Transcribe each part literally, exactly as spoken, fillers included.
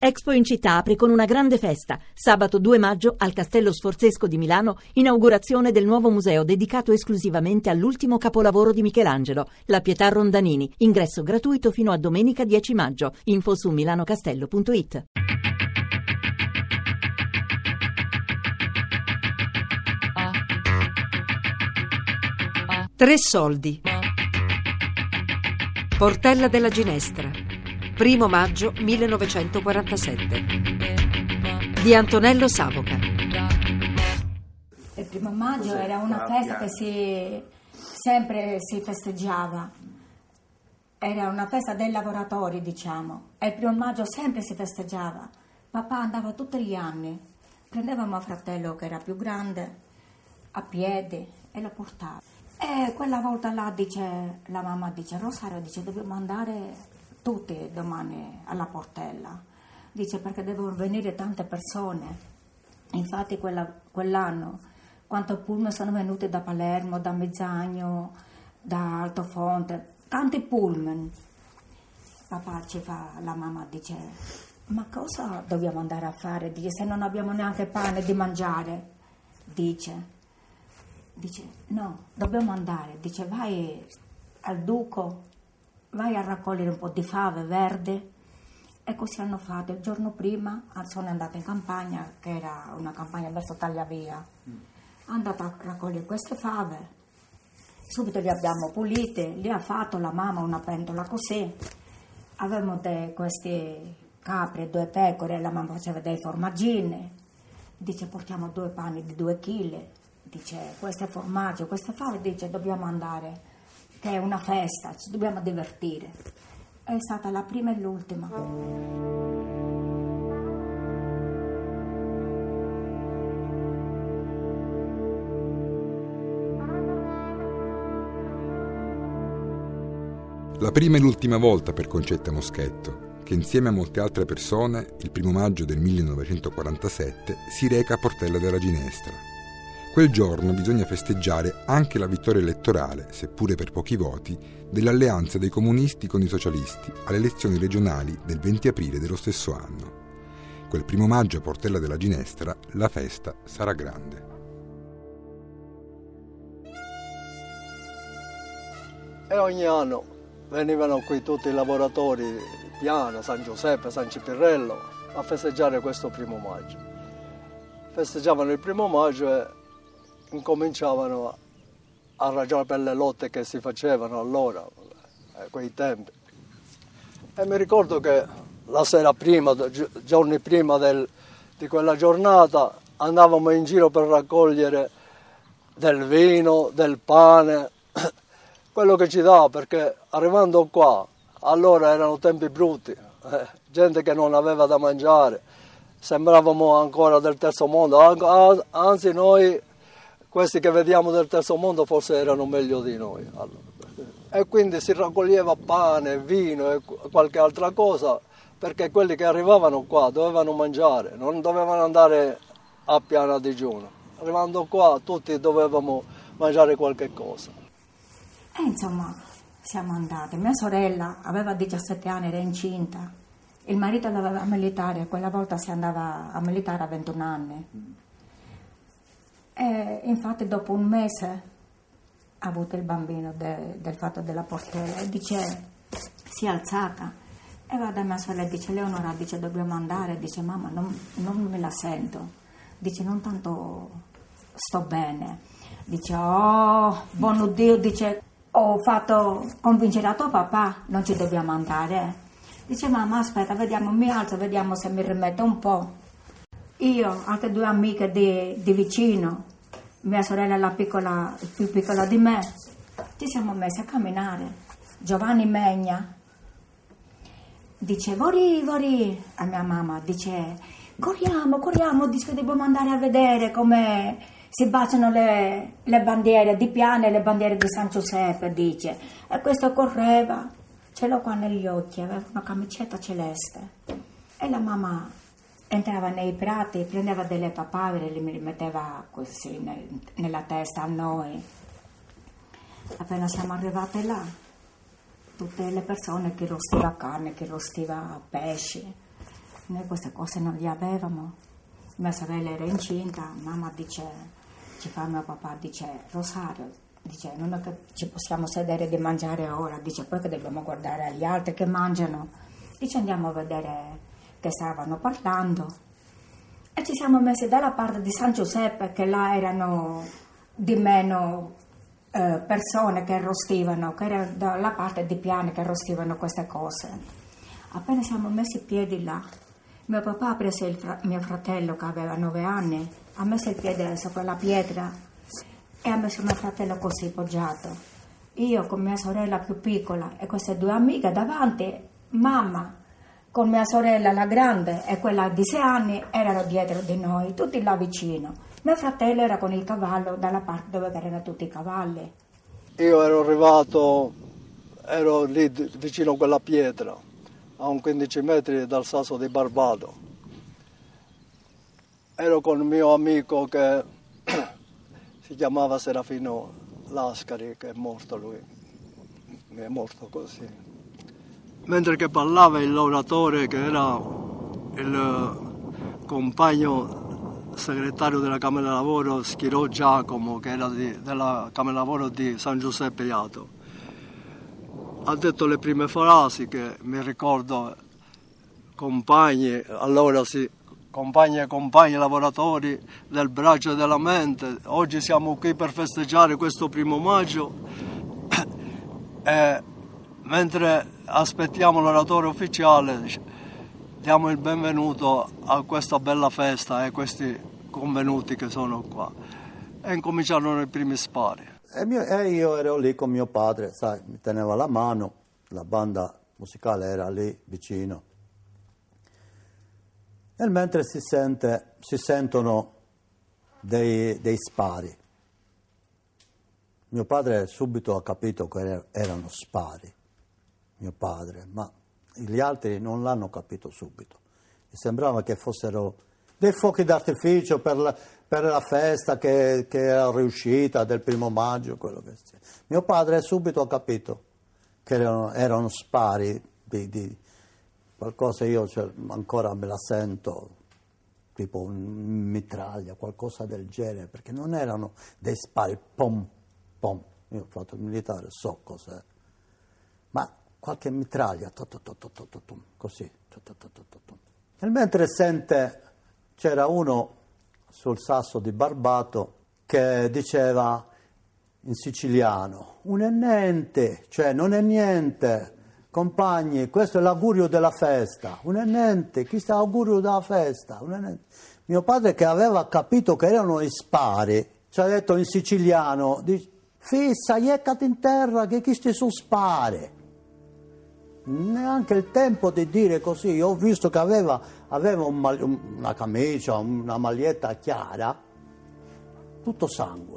Expo in città apre con una grande festa. Sabato due maggio al Castello Sforzesco di Milano, inaugurazione del nuovo museo dedicato esclusivamente all'ultimo capolavoro di Michelangelo, la Pietà Rondanini. Ingresso gratuito fino a domenica dieci maggio. Info su milanocastello punto it. Tre soldi. Portella della Ginestra, primo maggio millenovecentoquarantasette, di Antonello Savoca. Il primo maggio era una festa che si sempre si festeggiava, era una festa dei lavoratori, diciamo, e il primo maggio sempre si festeggiava. Papà andava tutti gli anni, prendeva mio fratello che era più grande a piedi e lo portava. E quella volta là dice, la mamma dice, Rosario, dice, dobbiamo andare tutti domani alla Portella, dice, perché devono venire tante persone. Infatti quella, quell'anno, quanto pullman sono venuti da Palermo, da Mezzagno, da Altofonte, tanti pullman. Papà ci fa, la mamma dice, ma cosa dobbiamo andare a fare? Dice, se non abbiamo neanche pane di mangiare, dice. Dice, no, dobbiamo andare. Dice, vai al Duco, vai a raccogliere un po' di fave verde. E così hanno fatto. Il giorno prima sono andata in campagna, che era una campagna verso Tagliavia. Mm. Andata a raccogliere queste fave. Subito le abbiamo pulite, le ha fatto la mamma una pentola così. Avevamo de, questi capri, due pecore, la mamma faceva dei formaggini. Dice, portiamo due pani di due chili. Dice, questo è formaggio, questo fave, dice, dobbiamo andare, che è una festa, ci dobbiamo divertire. È stata la prima e l'ultima. La prima e l'ultima volta per Concetta Moschetto, che insieme a molte altre persone, il primo maggio del millenovecentoquarantasette, si reca a Portella della Ginestra. Quel giorno bisogna festeggiare anche la vittoria elettorale, seppure per pochi voti, dell'alleanza dei comunisti con i socialisti alle elezioni regionali del venti aprile dello stesso anno. Quel primo maggio a Portella della Ginestra la festa sarà grande. E ogni anno venivano qui tutti i lavoratori di Piana, San Giuseppe, San Cipirrello a festeggiare questo primo maggio. Festeggiavano il primo maggio e incominciavano a ragionare per le lotte che si facevano allora, a quei tempi. E mi ricordo che la sera prima, giorni prima del, di quella giornata, andavamo in giro per raccogliere del vino, del pane, quello che ci dava, perché arrivando qua, allora erano tempi brutti, eh, gente che non aveva da mangiare, sembravamo ancora del terzo mondo, anzi noi, questi che vediamo del terzo mondo, forse erano meglio di noi. Allora. E quindi si raccoglieva pane, vino e qualche altra cosa, perché quelli che arrivavano qua dovevano mangiare, non dovevano andare a Piana a digiuno. Arrivando qua tutti dovevamo mangiare qualche cosa. E insomma siamo andati. Mia sorella aveva diciassette anni, era incinta. Il marito l'aveva militare, quella volta si andava a militare a ventuno anni. E infatti dopo un mese ha avuto il bambino de, del fatto della Portella e dice, si è alzata e va da mia sorella e dice, Leonora, dice, dobbiamo andare, dice, mamma non, non me la sento, dice, non tanto sto bene, dice, oh buono Dio, dice, ho fatto convincere a tuo papà, non ci dobbiamo andare, dice, mamma aspetta, vediamo, mi alzo, vediamo se mi rimetto un po'. Io, altre due amiche di, di vicino, mia sorella la piccola, più piccola di me, ci siamo messi a camminare. Giovanni Megna dice, vorrei, vorrei, a mia mamma, dice, corriamo, corriamo, dice che dobbiamo andare a vedere come si baciano le, le bandiere di Piana e le bandiere di San Giuseppe, dice. E questo correva, ce l'ho qua negli occhi, aveva una camicetta celeste. E la mamma entrava nei prati, prendeva delle papavere e le metteva così nel, nella testa a noi. Appena siamo arrivate là, tutte le persone che rostiva carne, che rostiva pesce, Noi queste cose non le avevamo. Mia sorella era incinta, mamma dice, ci fa mio papà, dice, Rosario, dice, non è che ci possiamo sedere di mangiare ora, dice, poi che dobbiamo guardare gli altri che mangiano. Dice, andiamo a vedere che stavano parlando. E ci siamo messi dalla parte di San Giuseppe, che là erano di meno eh, persone che arrostivano, che era dalla parte di Piane che arrostivano queste cose. Appena siamo messi i piedi là, mio papà ha preso il fra- mio fratello che aveva nove anni, ha messo il piede sopra la pietra e ha messo mio fratello così poggiato. Io con mia sorella più piccola e queste due amiche davanti, mamma con mia sorella la grande e quella di sei anni erano dietro di noi, tutti là vicino. Mio fratello era con il cavallo dalla parte dove erano tutti i cavalli. Io ero arrivato, ero lì vicino a quella pietra, a un quindici metri dal sasso di Barbato. Ero con il mio amico che si chiamava Serafino Lascari, che è morto lui, è morto così. Mentre che parlava il lavoratore, che era il compagno segretario della Camera Lavoro, Schirò Giacomo, che era di, della Camera Lavoro di San Giuseppe Iato, ha detto le prime frasi che mi ricordo, compagni, allora sì, compagni e compagni lavoratori del braccio e della mente, oggi siamo qui per festeggiare questo primo maggio e mentre aspettiamo l'oratore ufficiale diamo il benvenuto a questa bella festa e a questi convenuti che sono qua. E incominciarono i primi spari. E, mio, e io ero lì con mio padre, sai, mi teneva la mano, la banda musicale era lì vicino. E mentre si, sente, si sentono dei, dei spari, mio padre subito ha capito che erano spari, mio padre, ma gli altri non l'hanno capito subito. Mi sembrava che fossero dei fuochi d'artificio per la, per la festa che, che era riuscita del primo maggio, quello che sia. Mio padre subito ha capito che erano, erano spari di, di qualcosa, io cioè, ancora me la sento, tipo un mitraglia, qualcosa del genere, perché non erano dei spari, pom, pom. Io ho fatto il militare, so cos'è. Ma qualche mitraglia, to, to, to, to, to, to, to, così. To, to, to, to, to. E mentre sente, c'era uno sul sasso di Barbato che diceva in siciliano, un è niente, cioè non è niente, compagni, questo è l'augurio della festa, un è niente, chi sta augurio della festa, un è niente. Mio padre, che aveva capito che erano i spari, ci ha detto in siciliano, fissa, ieccati in terra che chi sti su spari. Neanche il tempo di dire così. Io ho visto che aveva, aveva un mal, una camicia, una maglietta chiara, tutto sangue.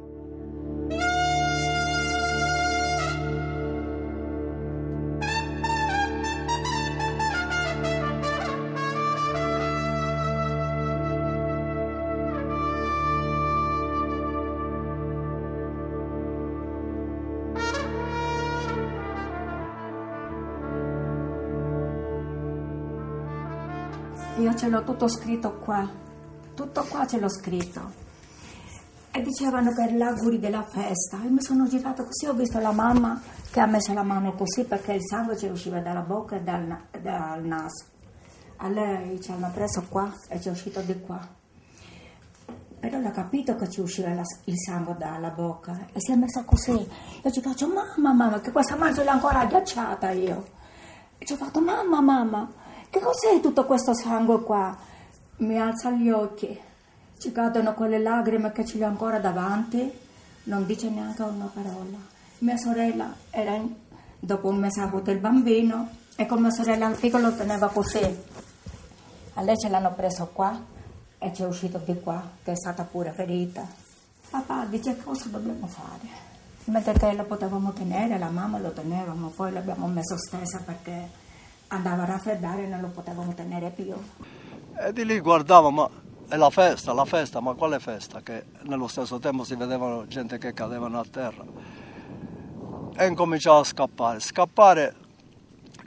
Io ce l'ho tutto scritto qua, tutto qua ce l'ho scritto. E dicevano che era l'auguri della festa. Io mi sono girata così, ho visto la mamma che ha messo la mano così perché il sangue ci usciva dalla bocca e dal, dal naso. A lei ci hanno preso qua e ci è uscito di qua. Però l'ho capito che ci usciva la, il sangue dalla bocca e si è messa così. Io ci faccio, mamma, mamma, che questa mano ce l'ho ancora agghiacciata io. E ci ho fatto, mamma, mamma, che cos'è tutto questo sangue qua? Mi alza gli occhi, ci cadono quelle lacrime che ce le ho ancora davanti, non dice neanche una parola. Mia sorella era in... dopo un mese ha avuto il bambino e con mia sorella antica lo teneva così. A lei ce l'hanno preso qua e ci è uscito di qua, che è stata pure ferita. Papà dice, cosa dobbiamo fare? Mentre che lo potevamo tenere, la mamma lo tenevamo, poi l'abbiamo messo stessa perché andava a raffreddare e non lo potevamo tenere più. E di lì guardavo, ma è la festa, la festa, ma quale festa? Che nello stesso tempo si vedevano gente che cadevano a terra. E incominciavo a scappare. Scappare,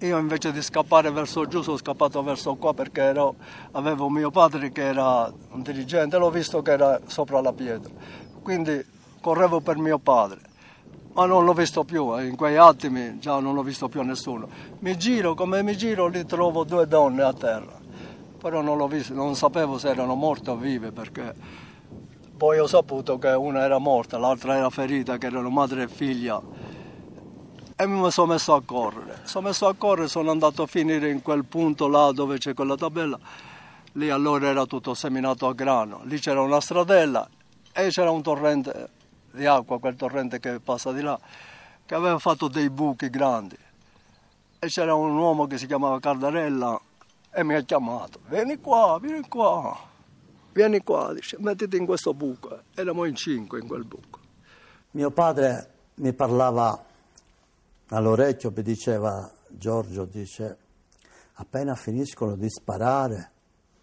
Io invece di scappare verso giù sono scappato verso qua perché ero, avevo mio padre che era un dirigente, l'ho visto che era sopra la pietra, quindi correvo per mio padre, ma non l'ho visto più, in quei attimi già non l'ho visto più nessuno. Mi giro, come mi giro lì trovo due donne a terra, però non l'ho visto, non sapevo se erano morte o vive, perché poi ho saputo che una era morta, l'altra era ferita, che erano madre e figlia. E mi sono messo a correre, sono messo a correre, sono andato a finire in quel punto là dove c'è quella tabella, lì allora era tutto seminato a grano, lì c'era una stradella e c'era un torrente di acqua, quel torrente che passa di là, che aveva fatto dei buchi grandi, e c'era un uomo che si chiamava Cardarella e mi ha chiamato, vieni qua, vieni qua, vieni qua, dice, mettiti in questo buco, eravamo in cinque in quel buco. Mio padre mi parlava all'orecchio, mi diceva, Giorgio, dice, appena finiscono di sparare,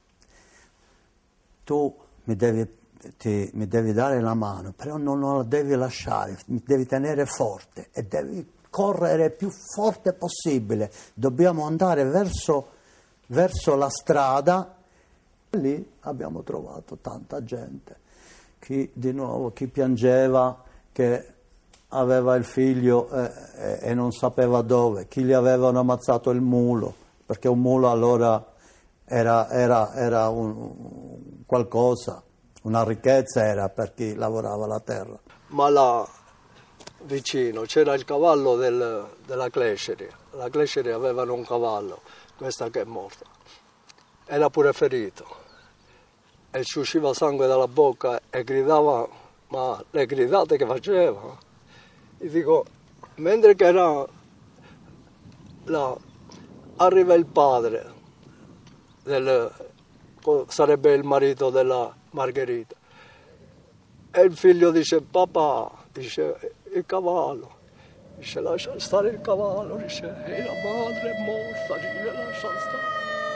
tu mi devi, ti, mi devi dare la mano, però non la devi lasciare, mi devi tenere forte e devi correre il più forte possibile. Dobbiamo andare verso, verso la strada. E lì abbiamo trovato tanta gente, chi di nuovo, chi piangeva che aveva il figlio eh, eh, e non sapeva dove, chi gli avevano ammazzato il mulo, perché un mulo allora era, era, era un, un qualcosa, una ricchezza era per chi lavorava la terra. Ma là vicino c'era il cavallo del, della Clesceri, la Clesceri avevano un cavallo, questa che è morta, era pure ferito e ci usciva sangue dalla bocca e gridava, ma le gridate che faceva? E dico, mentre che era là, arriva il padre, del, sarebbe il marito della Margherita, e il figlio dice, papà, dice, il cavallo, dice, lascia stare il cavallo, dice, e la madre è morta, dice, lascia stare.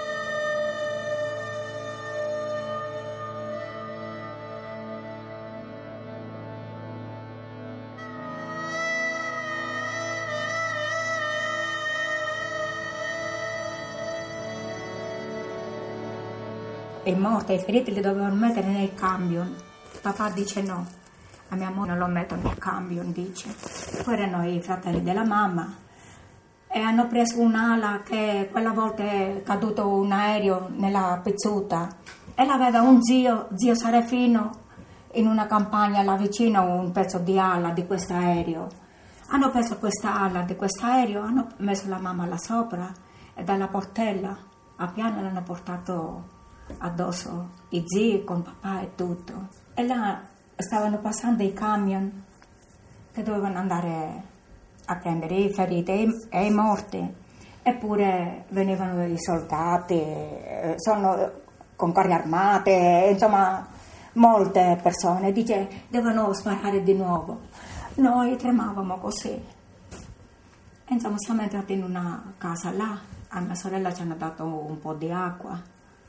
I morti e i feriti li dovevano mettere nel camion. Papà dice no, a mia moglie non lo mettono nel camion, dice. Poi erano i fratelli della mamma e hanno preso un'ala che quella volta è caduto un aereo nella pizzuta e l'aveva un zio, zio Serafino, in una campagna là vicino, un pezzo di ala di questo aereo. Hanno preso questa ala di questo aereo, hanno messo la mamma là sopra e dalla portella a piano l'hanno portato addosso i zii con papà e tutto, e là stavano passando i camion che dovevano andare a prendere i feriti e i morti, eppure venivano i soldati, sono con carri armate, insomma molte persone, dice devono sparare di nuovo. Noi tremavamo così e insomma siamo entrati in una casa là, a mia sorella ci hanno dato un po' di acqua.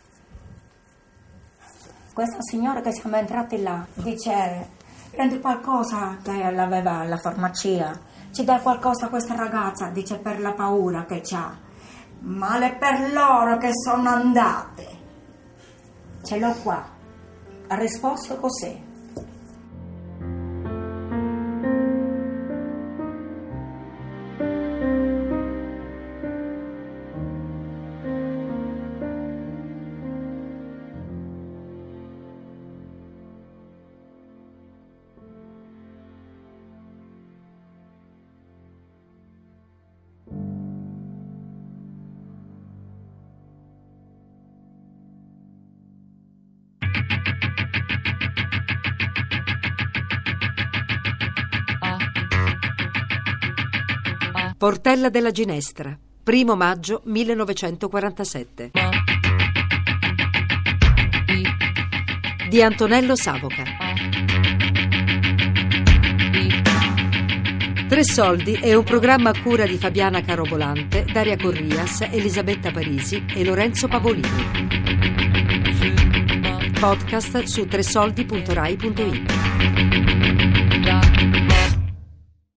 Questa signora che siamo entrati là dice, prendi qualcosa, che l'aveva alla farmacia, ci dai qualcosa a questa ragazza, dice, per la paura che c'ha. Male per loro che sono andate. Ce l'ho qua. Ha risposto così. Portella della Ginestra, primo maggio millenovecentoquarantasette. Di Antonello Savoca. Tre soldi è un programma a cura di Fabiana Carobolante, Daria Corrias, Elisabetta Parisi e Lorenzo Pavolini. Podcast su tresoldi punto rai punto it.